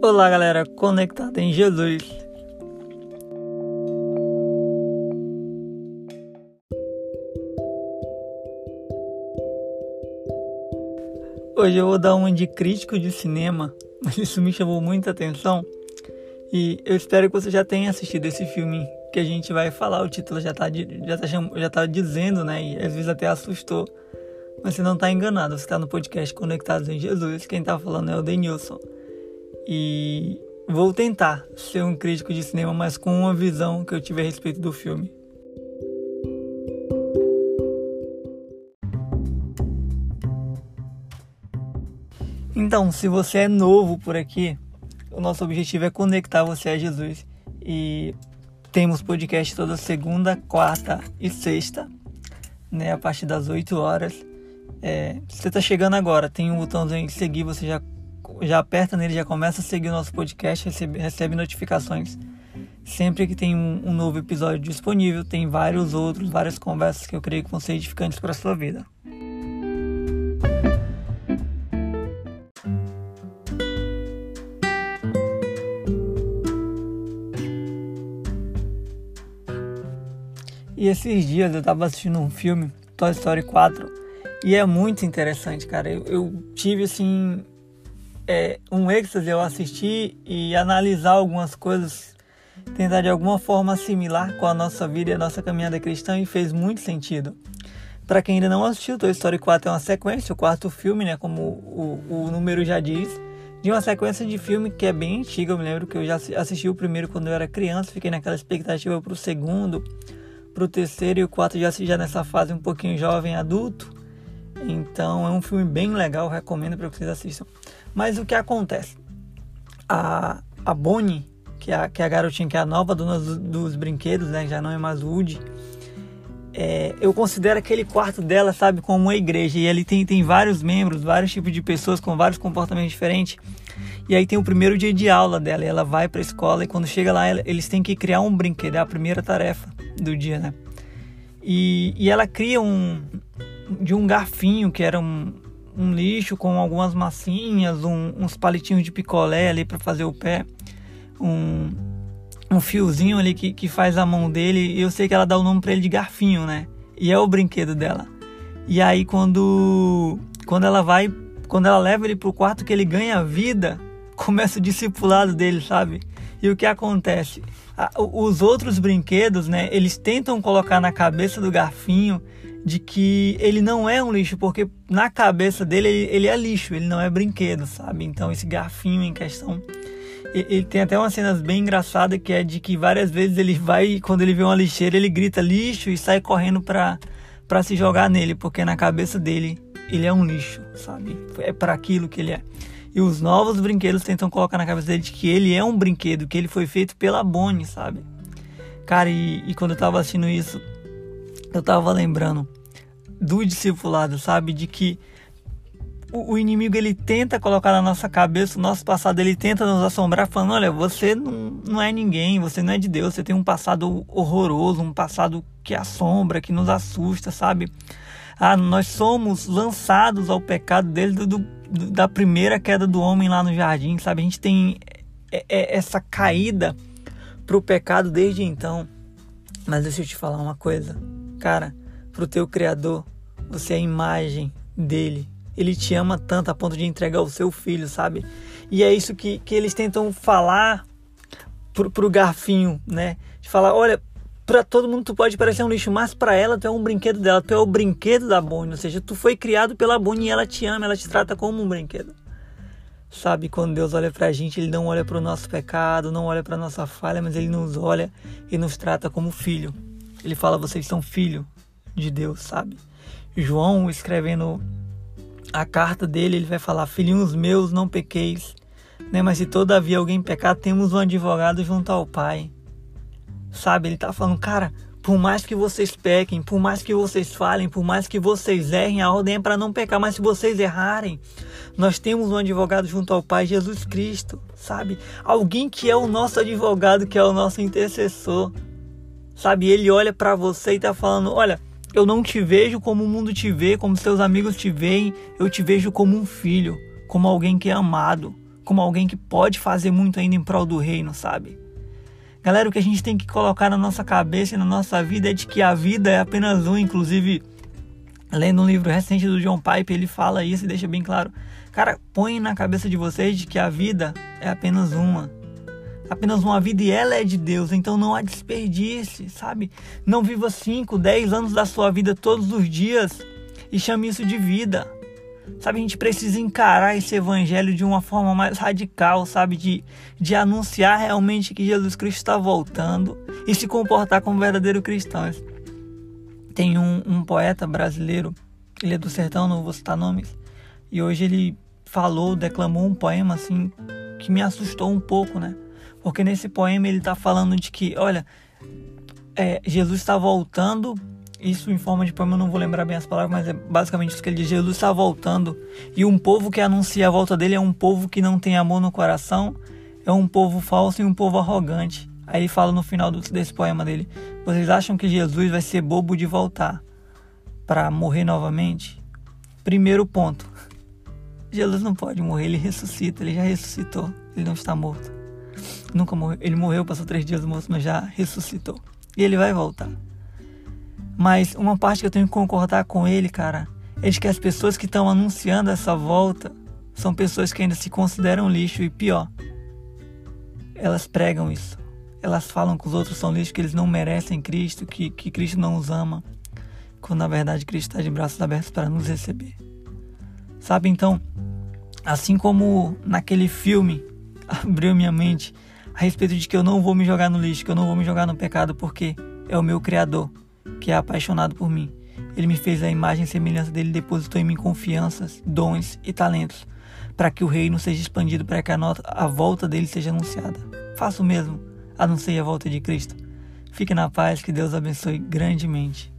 Olá, galera, conectada em Jesus. Hoje eu vou dar uma de crítico de cinema, mas isso me chamou muita atenção e eu espero que você já tenha assistido esse filme que a gente vai falar. O título já tá dizendo, né, e às vezes até assustou, mas você não tá enganado, você tá no podcast Conectados em Jesus. Quem tá falando é o Denilson e vou tentar ser um crítico de cinema, mas com uma visão que eu tive a respeito do filme. Então, se você é novo por aqui, o nosso objetivo é conectar você a Jesus. E temos podcast toda segunda, quarta e sexta, né, a partir das 8 horas. Se você está chegando agora, tem um botãozinho de seguir, você já aperta nele, já começa a seguir o nosso podcast, recebe notificações. Sempre que tem um novo episódio disponível, tem várias conversas que eu creio que vão ser edificantes para a sua vida. E esses dias eu tava assistindo um filme, Toy Story 4, e é muito interessante, cara. Eu tive, assim, um êxtase ao assistir e analisar algumas coisas, tentar de alguma forma assimilar com a nossa vida e a nossa caminhada cristã, e fez muito sentido. Para quem ainda não assistiu, Toy Story 4 é uma sequência, o quarto filme, né, como o número já diz, de uma sequência de filme que é bem antiga. Eu me lembro que eu já assisti o primeiro quando eu era criança, fiquei naquela expectativa pro segundo, pro terceiro e o quarto já nessa fase um pouquinho jovem, adulto. Então é um filme bem legal, recomendo para que vocês assistam. Mas o que acontece? A Bonnie, que é a garotinha, que é a nova dona dos brinquedos, né, já não é mais Woody, eu considero aquele quarto dela, sabe, como uma igreja. E ali tem vários membros, vários tipos de pessoas com vários comportamentos diferentes. E aí tem o primeiro dia de aula dela, e ela vai para a escola, e quando chega lá, eles têm que criar um brinquedo, é a primeira tarefa do dia, né? E ela cria um garfinho, que era um lixo com algumas massinhas, uns palitinhos de picolé ali para fazer o pé, um fiozinho ali que faz a mão dele, e eu sei que ela dá o nome para ele de garfinho, né? E é o brinquedo dela. E aí quando ela leva ele pro quarto, que ele ganha vida, começa o discipulado dele, sabe? E o que acontece? Os outros brinquedos, né, eles tentam colocar na cabeça do garfinho de que ele não é um lixo, porque na cabeça dele ele é lixo, ele não é brinquedo, sabe? Então esse garfinho em questão, ele tem até umas cenas bem engraçadas, que é de que várias vezes ele vai, quando ele vê uma lixeira, ele grita lixo e sai correndo pra se jogar nele, porque na cabeça dele ele é um lixo, sabe? É para aquilo que ele é. E os novos brinquedos tentam colocar na cabeça dele de que ele é um brinquedo, que ele foi feito pela Bonnie, sabe? Cara, e quando eu tava assistindo isso, eu tava lembrando do discipulado, sabe? De que o inimigo, ele tenta colocar na nossa cabeça o nosso passado, ele tenta nos assombrar, falando: olha, você não é ninguém, você não é de Deus, você tem um passado horroroso, um passado que assombra, que nos assusta, sabe? Nós somos lançados ao pecado desde da primeira queda do homem lá no jardim, sabe? A gente tem essa caída pro pecado desde então. Mas deixa eu te falar uma coisa, cara, pro teu Criador, você é a imagem dele. Ele te ama tanto a ponto de entregar o seu filho, sabe? E é isso que eles tentam falar pro garfinho, né? De falar: olha, pra todo mundo tu pode parecer um lixo, mas pra ela tu é um brinquedo dela, tu é o brinquedo da Bonnie. Ou seja, tu foi criado pela Bonnie e ela te ama, ela te trata como um brinquedo. Sabe, quando Deus olha pra gente, ele não olha pro nosso pecado, não olha pra nossa falha, mas ele nos olha e nos trata como filho. Ele fala: vocês são filho de Deus, sabe? João, escrevendo a carta dele, ele vai falar: filhinhos meus, não pequeis, né? Mas se todavia alguém pecar, temos um advogado junto ao Pai. Sabe, ele tá falando: cara, por mais que vocês pequem, por mais que vocês falem, por mais que vocês errem, a ordem é para não pecar, mas se vocês errarem, nós temos um advogado junto ao Pai, Jesus Cristo, sabe? Alguém que é o nosso advogado, que é o nosso intercessor, sabe? Ele olha para você e tá falando: olha, eu não te vejo como o mundo te vê, como seus amigos te veem, eu te vejo como um filho, como alguém que é amado, como alguém que pode fazer muito ainda em prol do reino, sabe? Galera, o que a gente tem que colocar na nossa cabeça e na nossa vida é de que a vida é apenas uma. Inclusive, lendo um livro recente do John Piper, ele fala isso e deixa bem claro. Cara, põe na cabeça de vocês de que a vida é apenas uma. Apenas uma vida, e ela é de Deus, então não há desperdício, sabe? Não viva 5, 10 anos da sua vida todos os dias e chame isso de vida. Sabe, a gente precisa encarar esse evangelho de uma forma mais radical, sabe? De anunciar realmente que Jesus Cristo está voltando e se comportar como verdadeiro cristão. Tem um poeta brasileiro, ele é do sertão, não vou citar nomes, e hoje ele declamou um poema assim que me assustou um pouco, né? Porque nesse poema ele está falando de que, olha, Jesus está voltando. Isso em forma de poema, eu não vou lembrar bem as palavras, mas é basicamente isso que ele diz. Jesus está voltando e um povo que anuncia a volta dele é um povo que não tem amor no coração, é um povo falso e um povo arrogante. Aí ele fala no final desse poema dele: vocês acham que Jesus vai ser bobo de voltar para morrer novamente? Primeiro ponto: Jesus não pode morrer, ele ressuscita, ele já ressuscitou, ele não está morto. Nunca morreu, ele morreu, passou 3 dias morto, mas já ressuscitou e ele vai voltar. Mas uma parte que eu tenho que concordar com ele, cara, é de que as pessoas que estão anunciando essa volta são pessoas que ainda se consideram lixo. E pior, elas pregam isso. Elas falam que os outros são lixo, que eles não merecem Cristo, que Cristo não os ama, quando na verdade Cristo está de braços abertos para nos receber. Sabe, então, assim como naquele filme abriu minha mente a respeito de que eu não vou me jogar no lixo, que eu não vou me jogar no pecado, porque é o meu Criador que é apaixonado por mim. Ele me fez a imagem e semelhança dele, depositou em mim confianças, dons e talentos, para que o reino seja expandido, para que a volta dele seja anunciada. Faça o mesmo, anuncie a volta de Cristo. Fique na paz, que Deus abençoe grandemente.